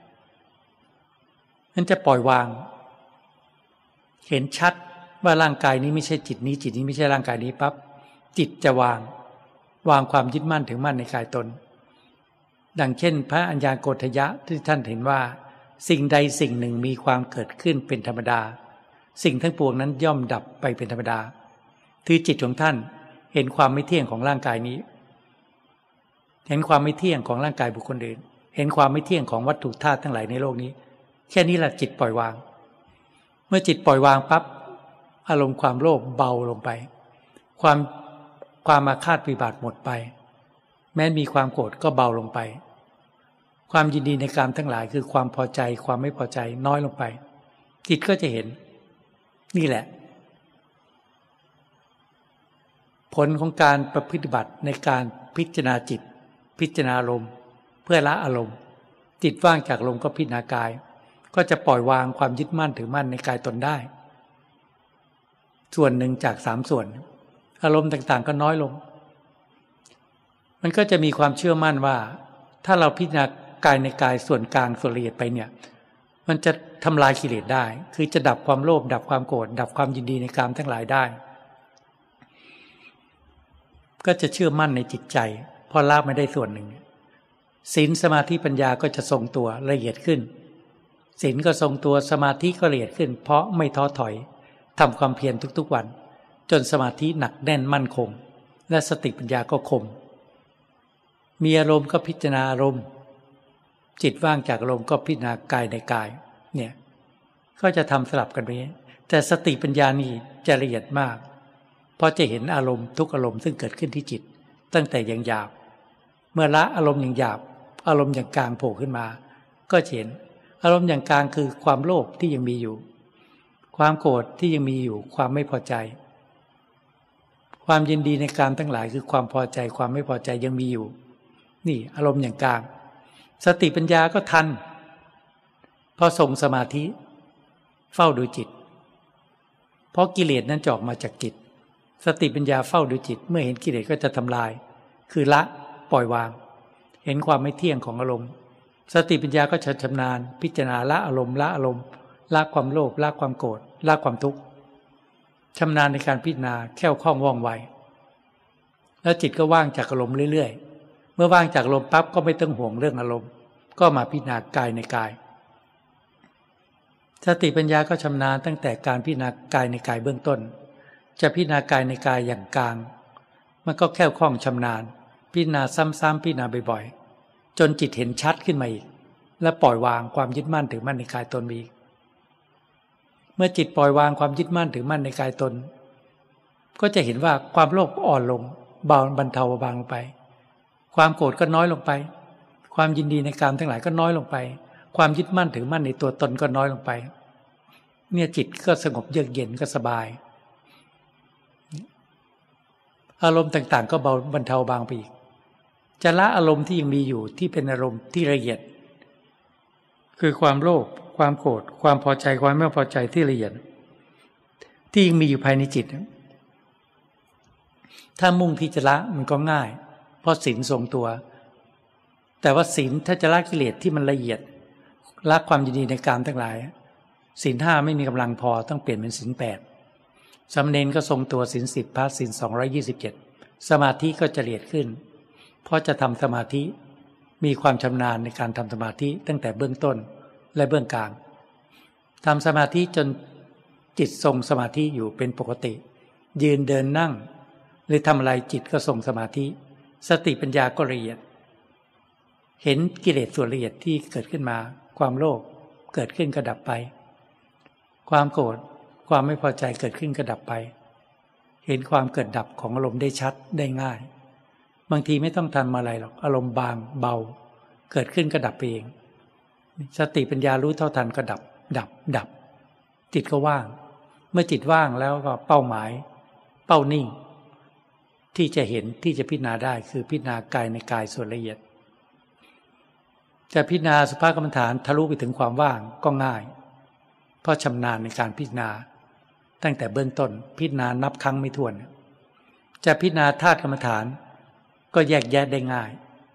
นั่นจะปล่อยวางเห็นชัดว่าร่างกายนี้ไม่ใช่จิตนี้จิตนี้ไม่ใช่ร่างกายนี้ปั๊บจิตจะวางวางความยึดมั่นถือมั่นในกายตนดังเช่นพระอัญญาโกฏฐัยะที่ท่านเห็นว่าสิ่งใดสิ่งหนึ่งมีความเกิดขึ้นเป็นธรรมดาสิ่งทั้งปวงนั้นย่อมดับไปเป็นธรรมดาคือจิตของท่านเห็นความไม่เที่ยงของร่างกายนี้เห็นความไม่เที่ยงของร่างกายบุคคลอื่นเห็นความไม่เที่ยงของวัตถุธาตุทั้งหลายในโลกนี้แค่นี้แหละจิตปล่อยวางเมื่อจิตปล่อยวางปั๊บอารมณ์ความโลภเบาลงไปความความอาฆาตพยาบาทหมดไปแม้มีความโกรธก็เบาลงไปความยินดีในกามทั้งหลายคือความพอใจความไม่พอใจน้อยลงไปจิตก็จะเห็นนี่แหละผลของการประพฤติบัติในการพิจารณาจิตพิจารณาอารมณ์เพื่อละอารมณ์จิตว่างจากอารมณ์ก็พิจารณากายก็จะปล่อยวางความยึดมั่นถือมั่นในกายตนได้ส่วนหนึ่งจากสามส่วนอารมณ์ต่างๆก็น้อยลงมันก็จะมีความเชื่อมั่นว่าถ้าเราพิจารณากายในกายส่วนกลางส่วนละเอียดไปเนี่ยมันจะทำลายกิเลสได้คือจะดับความโลภดับความโกรธดับความยินดีในกามทั้งหลายได้ก็จะเชื่อมั่นในจิตใจพอละไม่ได้ส่วนหนึ่งศีลสมาธิปัญญาก็จะทรงตัวละเอียดขึ้นศีลก็ทรงตัวสมาธิก็ละเอียดขึ้นเพราะไม่ท้อถอยทำความเพียรทุกๆวันจนสมาธิหนักแน่นมั่นคงและสติปัญญาก็คมมีอารมณ์ก็พิจารณาอารมณ์จิตว่างจากอารมณ์ก็พิจารณากายในกายเนี่ยก็จะทำสลับกันไปแต่สติปัญญานี่จะละเอียดมากเพราะจะเห็นอารมณ์ทุกอารมณ์ซึ่งเกิดขึ้นที่จิตตั้งแต่อย่างหยาบเมื่อละอารมณ์อย่างหยาบอารมณ์อย่างกลางโผล่ขึ้นมาก็เห็นอารมณ์อย่างกลางคือความโลภที่ยังมีอยู่ความโกรธที่ยังมีอยู่ความไม่พอใจความยินดีในกามทั้งหลายคือความพอใจความไม่พอใจยังมีอยู่นี่อารมณ์อย่างกลางสติปัญญาก็ทันพอส่งสมาธิเฝ้าดูจิตเพราะกิเลสนั้นจะออกมาจากจิตสติปัญญาเฝ้าดูจิตเมื่อเห็นกิเลสก็จะทำลายคือละปล่อยวางเห็นความไม่เที่ยงของอารมณ์สติปัญญาก็จะชำนาญพิจารณาละอารมณ์ละอารมณ์ละความโลภละความโกรธละความทุกข์ชำนาญในการพิจารณาแคล่วคล่องว่องไวแล้วจิตก็ว่างจากอารมณ์เรื่อยๆเมื่อว่างจากอารมณ์ปั๊บก็ไม่ต้องห่วงเรื่องอารมณ์ก็มาพิจารณากายในกายสติปัญญาก็ชำนาญตั้งแต่การพิจารณากายในกายเบื้องต้นจะพิจารณากายในกายอย่างกลางมันก็แคล่วคล่องชำนาญพิจารณาซ้ำๆพิจารณาบ่อยๆจนจิตเห็นชัดขึ้นมาอีกและปล่อยวางความยึดมั่นถือมั่นในกายตนอีกเมื่อจิตปล่อยวางความยึดมั่นถือมั่นในกายตนก็จะเห็นว่าความโลภอ่อนลงเบาบรรเทาเบาบางลงไปความโกรธก็น้อยลงไปความยินดีในกามทั้งหลายก็น้อยลงไปความยึดมั่นถือมั่นในตัวตนก็น้อยลงไปเนี่ยจิตก็สงบเยือกเย็นก็สบายอารมณ์ต่างๆก็เบาบรรเทาบางไปอีกจะละอารมณ์ที่ยังมีอยู่ที่เป็นอารมณ์ที่ละเอียดคือความโลภความโกรธความพอใจความไม่พอใจที่ละเอียดที่ยังมีอยู่ภายในจิตถ้ามุ่งที่จะละมันก็ง่ายเพราะศีลทรงตัวแต่ว่าศีลถ้าจะละกิเลสที่มันละเอียดละความยินดีในกามทั้งหลายศีลห้าไม่มีกำลังพอต้องเปลี่ยนเป็นศีลแปดสามเณรก็ทรงตัวศีลสิบพระศีลสองร้อยยี่สิบเจ็ดสมาธิก็จะละเอียดขึ้นเพราะจะทำสมาธิมีความชำนาญในการทำสมาธิตั้งแต่เบื้องต้นและเบื้องกลางทำสมาธิจนจิตทรงสมาธิอยู่เป็นปกติยืนเดินนั่งหรือทำอะไรจิตก็ทรงสมาธิสติปัญญาก็ละเอียดเห็นกิเลสส่วนละเอียดที่เกิดขึ้นมาความโลภเกิดขึ้นก็ดับไปความโกรธความไม่พอใจเกิดขึ้นก็ดับไปเห็นความเกิดดับของอารมณ์ได้ชัดได้ง่ายบางทีไม่ต้องทำอะไรหรอกอารมณ์บางเบาเกิดขึ้นก็ดับไปเองสติปัญญารู้เท่าทันก็ดับดับดับจิตก็ว่างเมื่อจิตว่างแล้วก็เป้าหมายเป้านิ่งที่จะเห็นที่จะพิจารณาได้คือพิจารณากายในกายส่วนละเอียดจะพิจารณาสุภกรรมฐานทะลุไปถึงความว่างก็ง่ายเพราะชำนาญในการพิจารณาตั้งแต่เบื้องต้นพิจารณานับครั้งไม่ถ้วนจะพิจารณาธาตุกรรมฐานก็แยกแยะได้ง่าย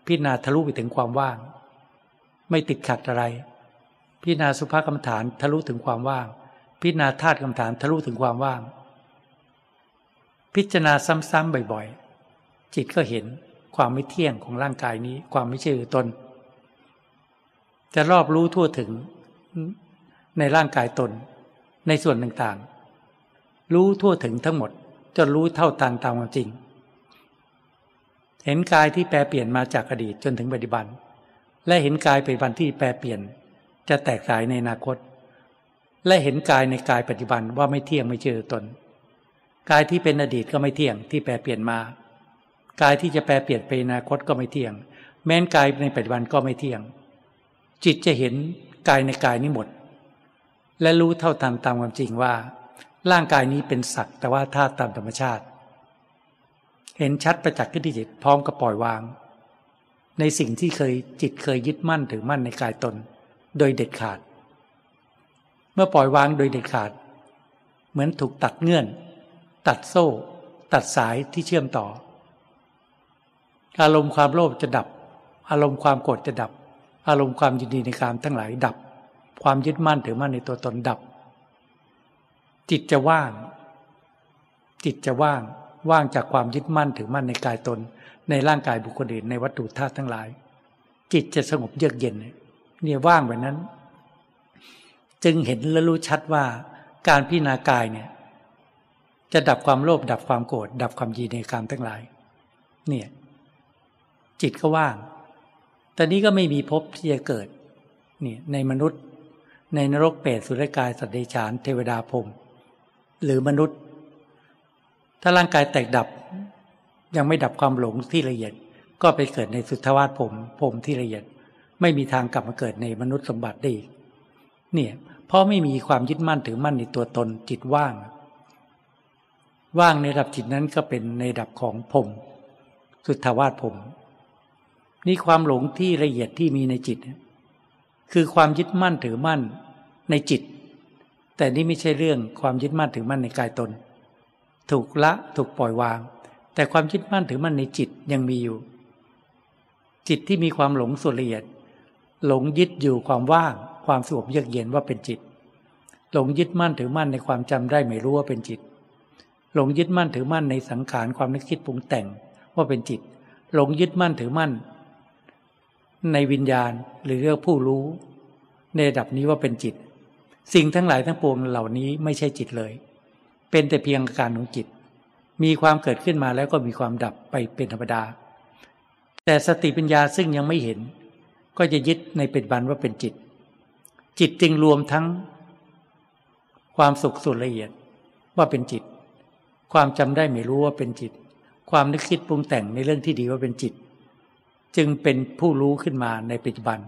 พิจารณาทะลุไปถึงความว่างไม่ติดขัดอะไรพิจารณาสุภกรรมฐานทะลุถึงความว่างพิจารณาธาตุกรรมฐานทะลุถึงความว่างพิจารณาซ้ำๆบ่อยๆจิตก็เห็นความไม่เที่ยงของร่างกายนี้ความไม่ใช่ตัวตนจะรอบรู้ทั่วถึงในร่างกายตนในส่วนต่างๆรู้ทั่วถึงทั้งหมดจนรู้เท่าทันตามความจริงเห็นกายที่แปรเปลี่ยนมาจากอดีตจนถึงปัจจุบันและเห็นกายปัจจุบันที่แปรเปลี่ยนจะแตกสายในอนาคตและเห็นกายในกายปัจจุบันว่าไม่เที่ยงไม่ใช่ตัวตนกายที่เป็นอดีตก็ไม่เที่ยงที่แปรเปลี่ยนมากายที่จะแปรเปลี่ยนไปอนาคตก็ไม่เที่ยงแม้นกายในปัจจุบันก็ไม่เที่ยงจิตจะเห็นกายในกายนี้หมดและรู้เท่าทันตามความจริงว่าร่างกายนี้เป็นสักแต่ว่าธาตุตามธรรมชาติเห็นชัดประจักษ์ขึ้นที่จิตพร้อมกับปล่อยวางในสิ่งที่เคยจิตเคยยึดมั่นถือมั่นในกายตนโดยเด็ดขาดเมื่อปล่อยวางโดยเด็ดขาดเหมือนถูกตัดเงื่อนตัดโซ่ตัดสายที่เชื่อมต่ออารมณ์ความโลภจะดับอารมณ์ความโกรธจะดับอารมณ์ความยินดีในกามทั้งหลายดับความยึดมั่นถือมั่นในตัวตนดับจิตจะว่างจิตจะว่างว่างจากความยึดมั่นถือมั่นในกายตนในร่างกายบุคคลอื่นในวัตถุธาตุทั้งหลายจิตจะสงบเยือกเย็นเนี่ยว่างแบบนั้นจึงเห็นและรู้ชัดว่าการพิจารณากายเนี่ยจะดับความโลภดับความโกรธดับความยินดีในกามทั้งหลายเนี่ยจิตก็ว่างตอนนี้ก็ไม่มีภพที่จะเกิดนี่ในมนุษย์ในนรกเปรตสุรกายสัตว์เดรัจฉานเทวดาพรหมหรือมนุษย์ถ้าร่างกายแตกดับยังไม่ดับความหลงที่ละเอียดก็ไปเกิดในสุทธาวาสพรหมพรหมที่ละเอียดไม่มีทางกลับมาเกิดในมนุษย์สมบัติได้อีกเนี่ยเพราะไม่มีความยึดมั่นถือมั่นในตัวตนจิตว่างว่างในระดับจิตนั้นก็เป็นในระดับของพรหมสุทธาวาสพรหมนี่ความหลงที่ละเอียดที่มีในจิตคือความยึดมั่นถือมั่นในจิตแต่นี่ไม่ใช่เรื่องความยึดมั่นถือมั่นในกายตนถูกละถูกปล่อยวางแต่ความยึดมั่นถือมั่นในจิตยังมีอยู่จิตที่มีความหลงส่วนละเอียดหลงยึดอยู่ความว่างความสงบเยือกเย็นว่าเป็นจิตหลงยึดมั่นถือมั่นในความจำได้ไม่รู้ว่าเป็นจิตหลงยึดมั่นถือมั่นในสังขารความนึกคิดปรุงแต่งว่าเป็นจิตหลงยึดมั่นถือมั่นในวิญญาณหรือเรื่องผู้รู้ในระดับนี้ว่าเป็นจิตสิ่งทั้งหลายทั้งปวงเหล่านี้ไม่ใช่จิตเลยเป็นแต่เพียงอาการของจิตมีความเกิดขึ้นมาแล้วก็มีความดับไปเป็นธรรมดาแต่สติปัญญาซึ่งยังไม่เห็นก็จะยึดในปัจจุบันว่าเป็นจิตจิตจึงรวมทั้งความสุขส่วนละเอียดว่าเป็นจิตความจำได้ไม่รู้ว่าเป็นจิตความนึกคิดปรุงแต่งในเรื่องที่ดีว่าเป็นจิตจึงเป็นผู้รู้ขึ้นมาในปัจจุบัน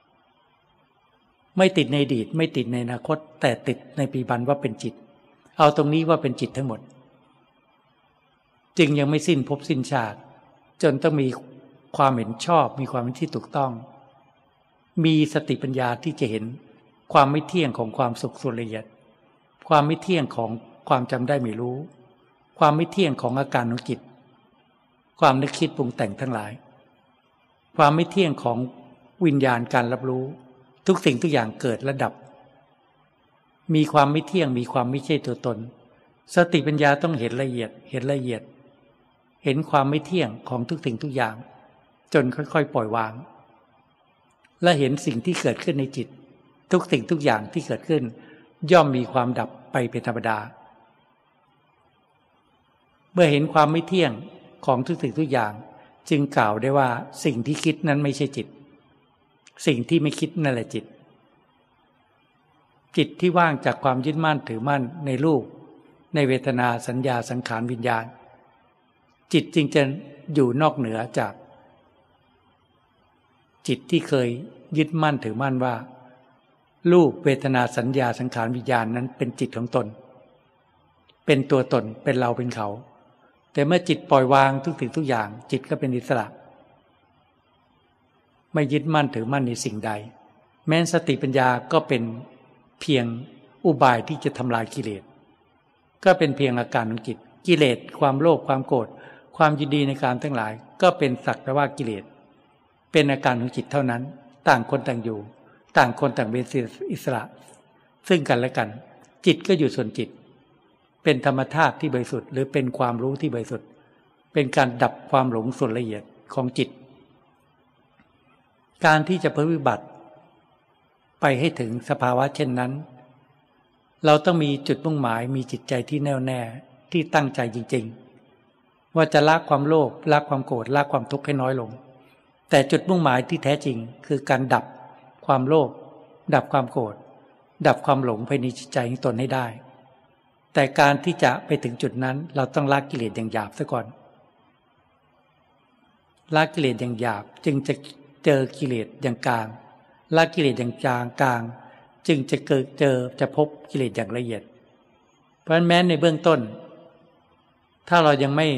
ไม่ติดในอดีตไม่ติดในอนาคตแต่ติดในปัจจุบันว่าเป็นจิตเอาตรงนี้ว่าเป็นจิตทั้งหมดจึงยังไม่สิ้นภพสิ้นชาติจนต้องมีความเห็นชอบมีความเห็นที่ถูกต้องมีสติปัญญาที่จะเห็นความไม่เที่ยงของความสุขส่วนละเอียดความไม่เที่ยงของความจำได้ไม่รู้ความไม่เที่ยงของอาการของจิตความนึกคิดปรุงแต่งทั้งหลายความไม่เที่ยงของวิญญาณการรับรู้ทุกสิ่งทุกอย่างเกิดและดับมีความไม่เที่ยงมีความไม่ใช่ตัวตนสติปัญญาต้องเห็นละเอียดเห็นละเอียดเห็นความไม่เที่ยงของทุกสิ่งทุกอย่างจนค่อยๆปล่อยวางและเห็นสิ่งที่เกิดขึ้นในจิตทุกสิ่งทุกอย่างที่เกิดขึ้นย่อมมีความดับไปเป็นธรรมดาเมื่อเห็นความไม่เที่ยงของทุกสิ่งทุกอย่างจึงกล่าวได้ว่าสิ่งที่คิดนั้นไม่ใช่จิตสิ่งที่ไม่คิดนั่นแหละจิตจิตที่ว่างจากความยึดมั่นถือมั่นในรูปในเวทนาสัญญาสังขารวิญญาณจิตจึงจะอยู่นอกเหนือจากจิตที่เคยยึดมั่นถือมั่นว่ารูปเวทนาสัญญาสังขารวิญญาณนั้นเป็นจิตของตนเป็นตัวตนเป็นเราเป็นเขาแต่เมื่อจิตปล่อยวางทุกสิ่งทุกอย่างจิตก็เป็นอิสระไม่ยึดมั่นถือมั่นในสิ่งใดแม้สติปัญญาก็เป็นเพียงอุบายที่จะทำลายกิเลสก็เป็นเพียงอาการของจิตกิเลสความโลภความโกรธความยินดีในการทั้งหลายก็เป็นสักแต่ว่ากิเลสเป็นอาการของจิตเท่านั้นต่างคนต่างอยู่ต่างคนต่างเป็นอิสระซึ่งกันและกันจิตก็อยู่ส่วนจิตเป็นธรรมธาตุที่บริสุทธิ์หรือเป็นความรู้ที่บริสุทธิ์เป็นการดับความหลงส่วนละเอียดของจิตการที่จะปฏิบัติไปให้ถึงสภาวะเช่นนั้นเราต้องมีจุดมุ่งหมายมีจิตใจที่แน่วแน่ที่ตั้งใจจริงๆว่าจะละความโลภละความโกรธละความทุกข์ให้น้อยลงแต่จุดมุ่งหมายที่แท้จริงคือการดับความโลภดับความโกรธดับความหลงภายในจิตใจของตนให้ได้แต่การที่จะไปถึงจุดนั้นเราต้องละกิเลสอย่างหยาบซะก่อนละกิเลสอย่างหยาบจึงจะเจอกิเลสอย่างกลางละกิเลสอย่างจางกลางจึงจะเกิดเจอจะพบกิเลสอย่างละเอียดเพราะฉะนั้นแม้ในเบื้องต้นถ้าเรายังไม่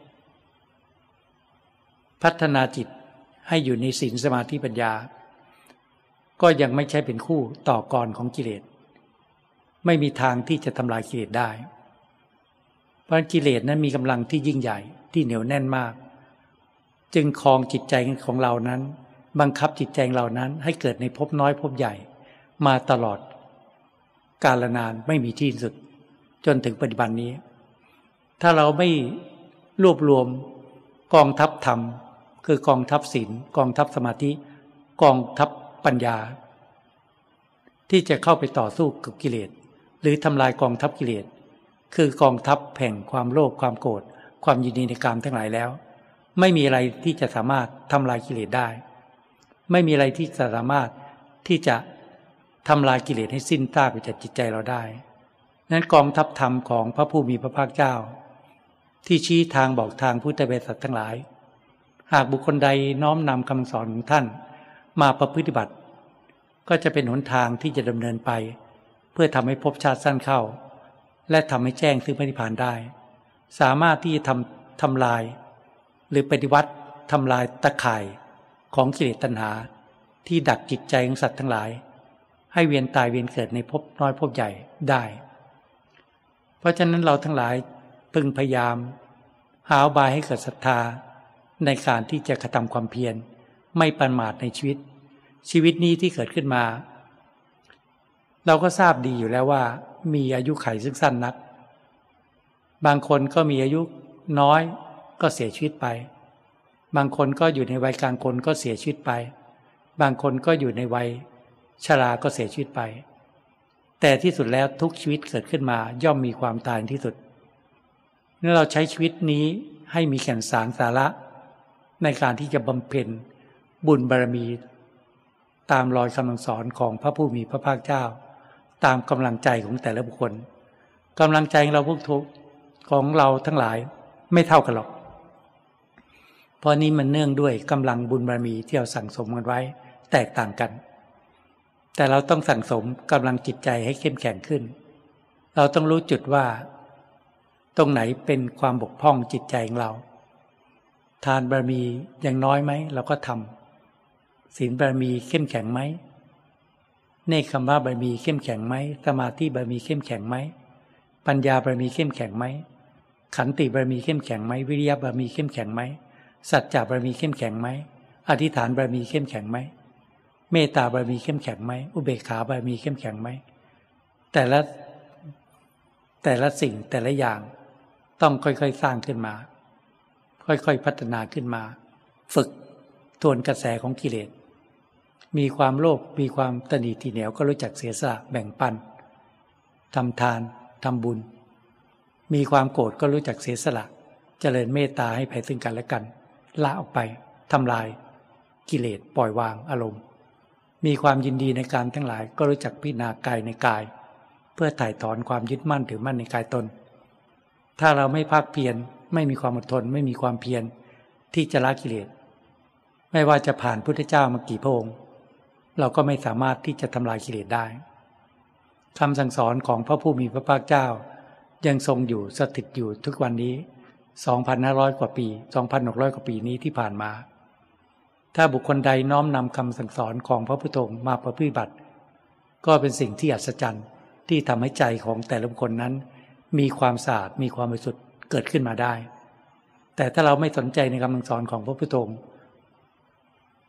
พัฒนาจิตให้อยู่ในศีลสมาธิปัญญาก็ยังไม่ใช่เป็นคู่ต่อกรของกิเลสไม่มีทางที่จะทำลายกิเลสได้เพราะกิเลสนั้นมีกำลังที่ยิ่งใหญ่ที่เหนียวแน่นมากจึงครองจิตใจของเรานั้นบังคับจิตใจเรานั้นให้เกิดในภพน้อยภพใหญ่มาตลอดกาลนานไม่มีที่สุดจนถึงปัจจุบันนี้ถ้าเราไม่รวบรวมกองทัพธรรมคือกองทัพศีลกองทัพสมาธิกองทัพปัญญาที่จะเข้าไปต่อสู้กับกิเลสหรือทำลายกองทัพกิเลสคือกองทัพแห่งความโลภความโกรธความยินดีในกามทั้งหลายแล้วไม่มีอะไรที่จะสามารถทำลายกิเลสได้ไม่มีอะไรที่จะสามารถที่จะทำลายกิเลสให้สิ้นซากไปจากจิตใจเราได้นั้นกองทัพธรรมของพระผู้มีพระภาคเจ้าที่ชี้ทางบอกทางพุทธบริษัททั้งหลายหากบุคคลใดน้อมนำคำสอนของท่านมาประพฤติบัติก็จะเป็นหนทางที่จะดำเนินไปเพื่อทำให้ภพชาติสั้นเข้าและทำให้แจ้งซึ่งพระนิพพานได้สามารถที่จะทำทำลายหรือปฏิวัติทำลายตะข่ายของกิเลสตัณหาที่ดักจิตใจของสัตว์ทั้งหลายให้เวียนตายเวียนเกิดในภพน้อยภพใหญ่ได้เพราะฉะนั้นเราทั้งหลายพึงพยายามหาอุบายให้เกิดศรัทธาในการที่จะกระทำความเพียรไม่ประมาทในชีวิตชีวิตนี้ที่เกิดขึ้นมาเราก็ทราบดีอยู่แล้วว่ามีอายุขัยซึ่งสั้นนักบางคนก็มีอายุน้อยก็เสียชีวิตไปบางคนก็อยู่ในวัยกลางคนก็เสียชีวิตไปบางคนก็อยู่ในวัยชราก็เสียชีวิตไปแต่ที่สุดแล้วทุกชีวิตเกิดขึ้นมาย่อมมีความตายที่สุดเมื่อเราใช้ชีวิตนี้ให้มีแก่นสารสาระในการที่จะบำเพ็ญบุญบารมีตามรอยคำสอนของพระผู้มีพระภาคเจ้าตามกำลังใจของแต่ละบุคคลกำลังใจของเราพวกทุกของเราทั้งหลายไม่เท่ากันหรอกเพราะนี้มันเนื่องด้วยกำลังบุญบารมีที่เราสั่งสมกันไว้แตกต่างกันแต่เราต้องสั่งสมกำลังจิตใจให้เข้มแข็งขึ้นเราต้องรู้จุดว่าตรงไหนเป็นความบกพร่องจิตใจของเราทานบารมียังน้อยไหมเราก็ทำศีลบารมีเข้มแข็งไหมเนกขัมมะบารมีเข้มแข็งไหมสมาธิบารมีเข้มแข็งไหมปัญญาบารมีเข้มแข็งไหมขันติบารมีเข้มแข็งไหมวิริยะบารมีเข้มแข็งไหมสัจจะบารมีเข้มแข็งไหมอธิษฐานบารมีเข้มแข็งไหมเมตตาบารมีเข้มแข็งไหมอุเบกขาบารมีเข้มแข็งไหมแต่ละแต่ละสิ่งแต่ละอย่างต้องค่อยๆสร้างขึ้นมาค่อยๆพัฒนาขึ้นมาฝึกทวนกระแสของกิเลสมีความโลภมีความตนีทีเหนียวก็รู้จักเสียสละแบ่งปันทำทานทำบุญมีความโกรธก็รู้จักเสียสละเจริญเมตตาให้แผ่ซึ่งกันและกันละออกไปทำลายกิเลสปล่อยวางอารมณ์มีความยินดีในการทั้งหลายก็รู้จักพิจารณากายในกายเพื่อถ่ายถอนความยึดมั่นถือมั่นในกายตนถ้าเราไม่ภาคเพียรไม่มีความอดทนไม่มีความเพียรที่จะละกิเลสไม่ว่าจะผ่านพุทธเจ้ามากี่พระองค์เราก็ไม่สามารถที่จะทำลายกิเลสได้คำสั่งสอนของพระผู้มีพระภาคเจ้ายังทรงอยู่สถิตอยู่ทุกวันนี้ สองพันห้าร้อย กว่าปี สองพันหกร้อย กว่าปีนี้ที่ผ่านมาถ้าบุคคลใดน้อมนำคำสั่งสอนของพระพุทธองค์มาประพฤติบัติก็เป็นสิ่งที่อัศจรรย์ที่ทำให้ใจของแต่ละบุคคลนั้นมีความสะอาดมีความบริสุทธิ์เกิดขึ้นมาได้แต่ถ้าเราไม่สนใจในคำสั่งสอนของพระพุทธองค์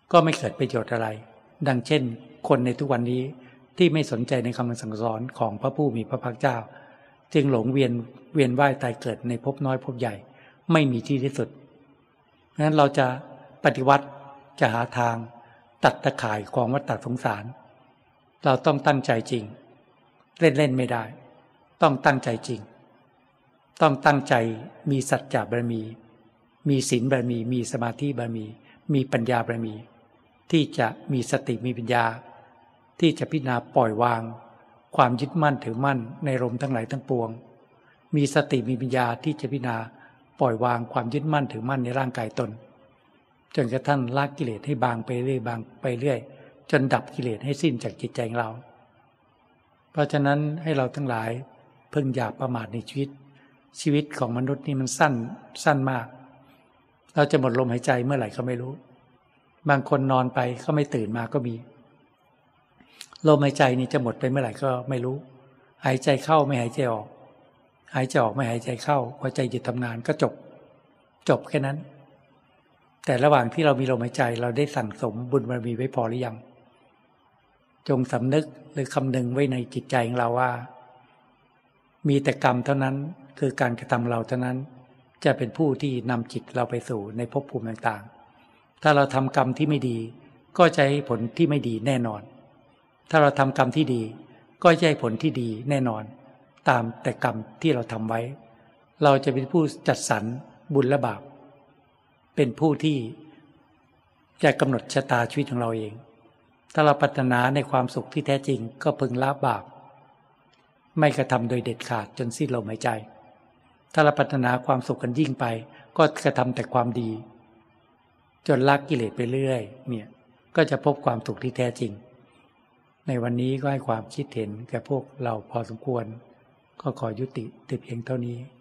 ก็ไม่เกิดประโยชน์อะไรดังเช่นคนในทุกวันนี้ที่ไม่สนใจในคำสั่งสอนของพระผู้มีพระภาคเจ้าจึงหลงเวียนเวียนว่ายตายเกิดในภพน้อยภพใหญ่ไม่มีที่ที่สุดเพราะฉะนั้นเราจะปฏิวัติจะหาทางตัดตะข่ายของวัฏฏะสงสารเราต้องตั้งใจจริงเล่นเล่นไม่ได้ต้องตั้งใจจริงต้องตั้งใจมีสัจจะบารมีมีศีลบารมีมีสมาธิบารมีมีปัญญาบารมีที่จะมีสติมีปัญญาที่จะพิจารณาปล่อยวางความยึดมั่นถือมั่นในลมทั้งหลายทั้งปวงมีสติมีปัญญาที่จะพิจารณาปล่อยวางความยึดมั่นถือมั่นในร่างกายตนจนกระทั่งละกิเลสให้บางไปเรื่อยบางไปเรื่อยจนดับกิเลสให้สิ้นจากจิตใจของเราเพราะฉะนั้นให้เราทั้งหลายเพิ่งอย่าประมาทในชีวิตชีวิตของมนุษย์นี่มันสั้นสั้นมากเราจะหมดลมหายใจเมื่อไหร่ก็ไม่รู้บางคนนอนไปก็ไม่ตื่นมาก็มีลมหายใจนี่จะหมดไปเมื่อไหร่ก็ไม่รู้หายใจเข้าไม่หายใจออกหายใจออกไม่หายใจเข้าหัวใจหยุดทำงานก็จบจบแค่นั้นแต่ระหว่างที่เรามีลมหายใจเราได้สั่งสมบุญบารมีไว้พอหรือยังจงสำนึกหรือคำนึงไว้ในจิตใจของเราว่ามีแต่กรรมเท่านั้นคือการกระทำเราเท่านั้นจะเป็นผู้ที่นำจิตเราไปสู่ในภพภูมิต่างๆถ้าเราทำกรรมที่ไม่ดีก็จะให้ผลที่ไม่ดีแน่นอนถ้าเราทำกรรมที่ดีก็จะให้ผลที่ดีแน่นอนตามแต่กรรมที่เราทำไว้เราจะเป็นผู้จัดสรรบุญและบาปเป็นผู้ที่จะกำหนดชะตาชีวิตของเราเองถ้าเราปรารถนาในความสุขที่แท้จริงก็พึงละบาปไม่กระทำโดยเด็ดขาดจนสิ้นลมหายใจถ้าเราปรารถนาความสุขกันยิ่งไปก็กระทำแต่ความดีจนละกิเลสไปเรื่อยเนี่ยก็จะพบความสุขที่แท้จริงในวันนี้ก็ให้ความคิดเห็นแก่พวกเราพอสมควรก็ขอยุติแต่เพียงเท่านี้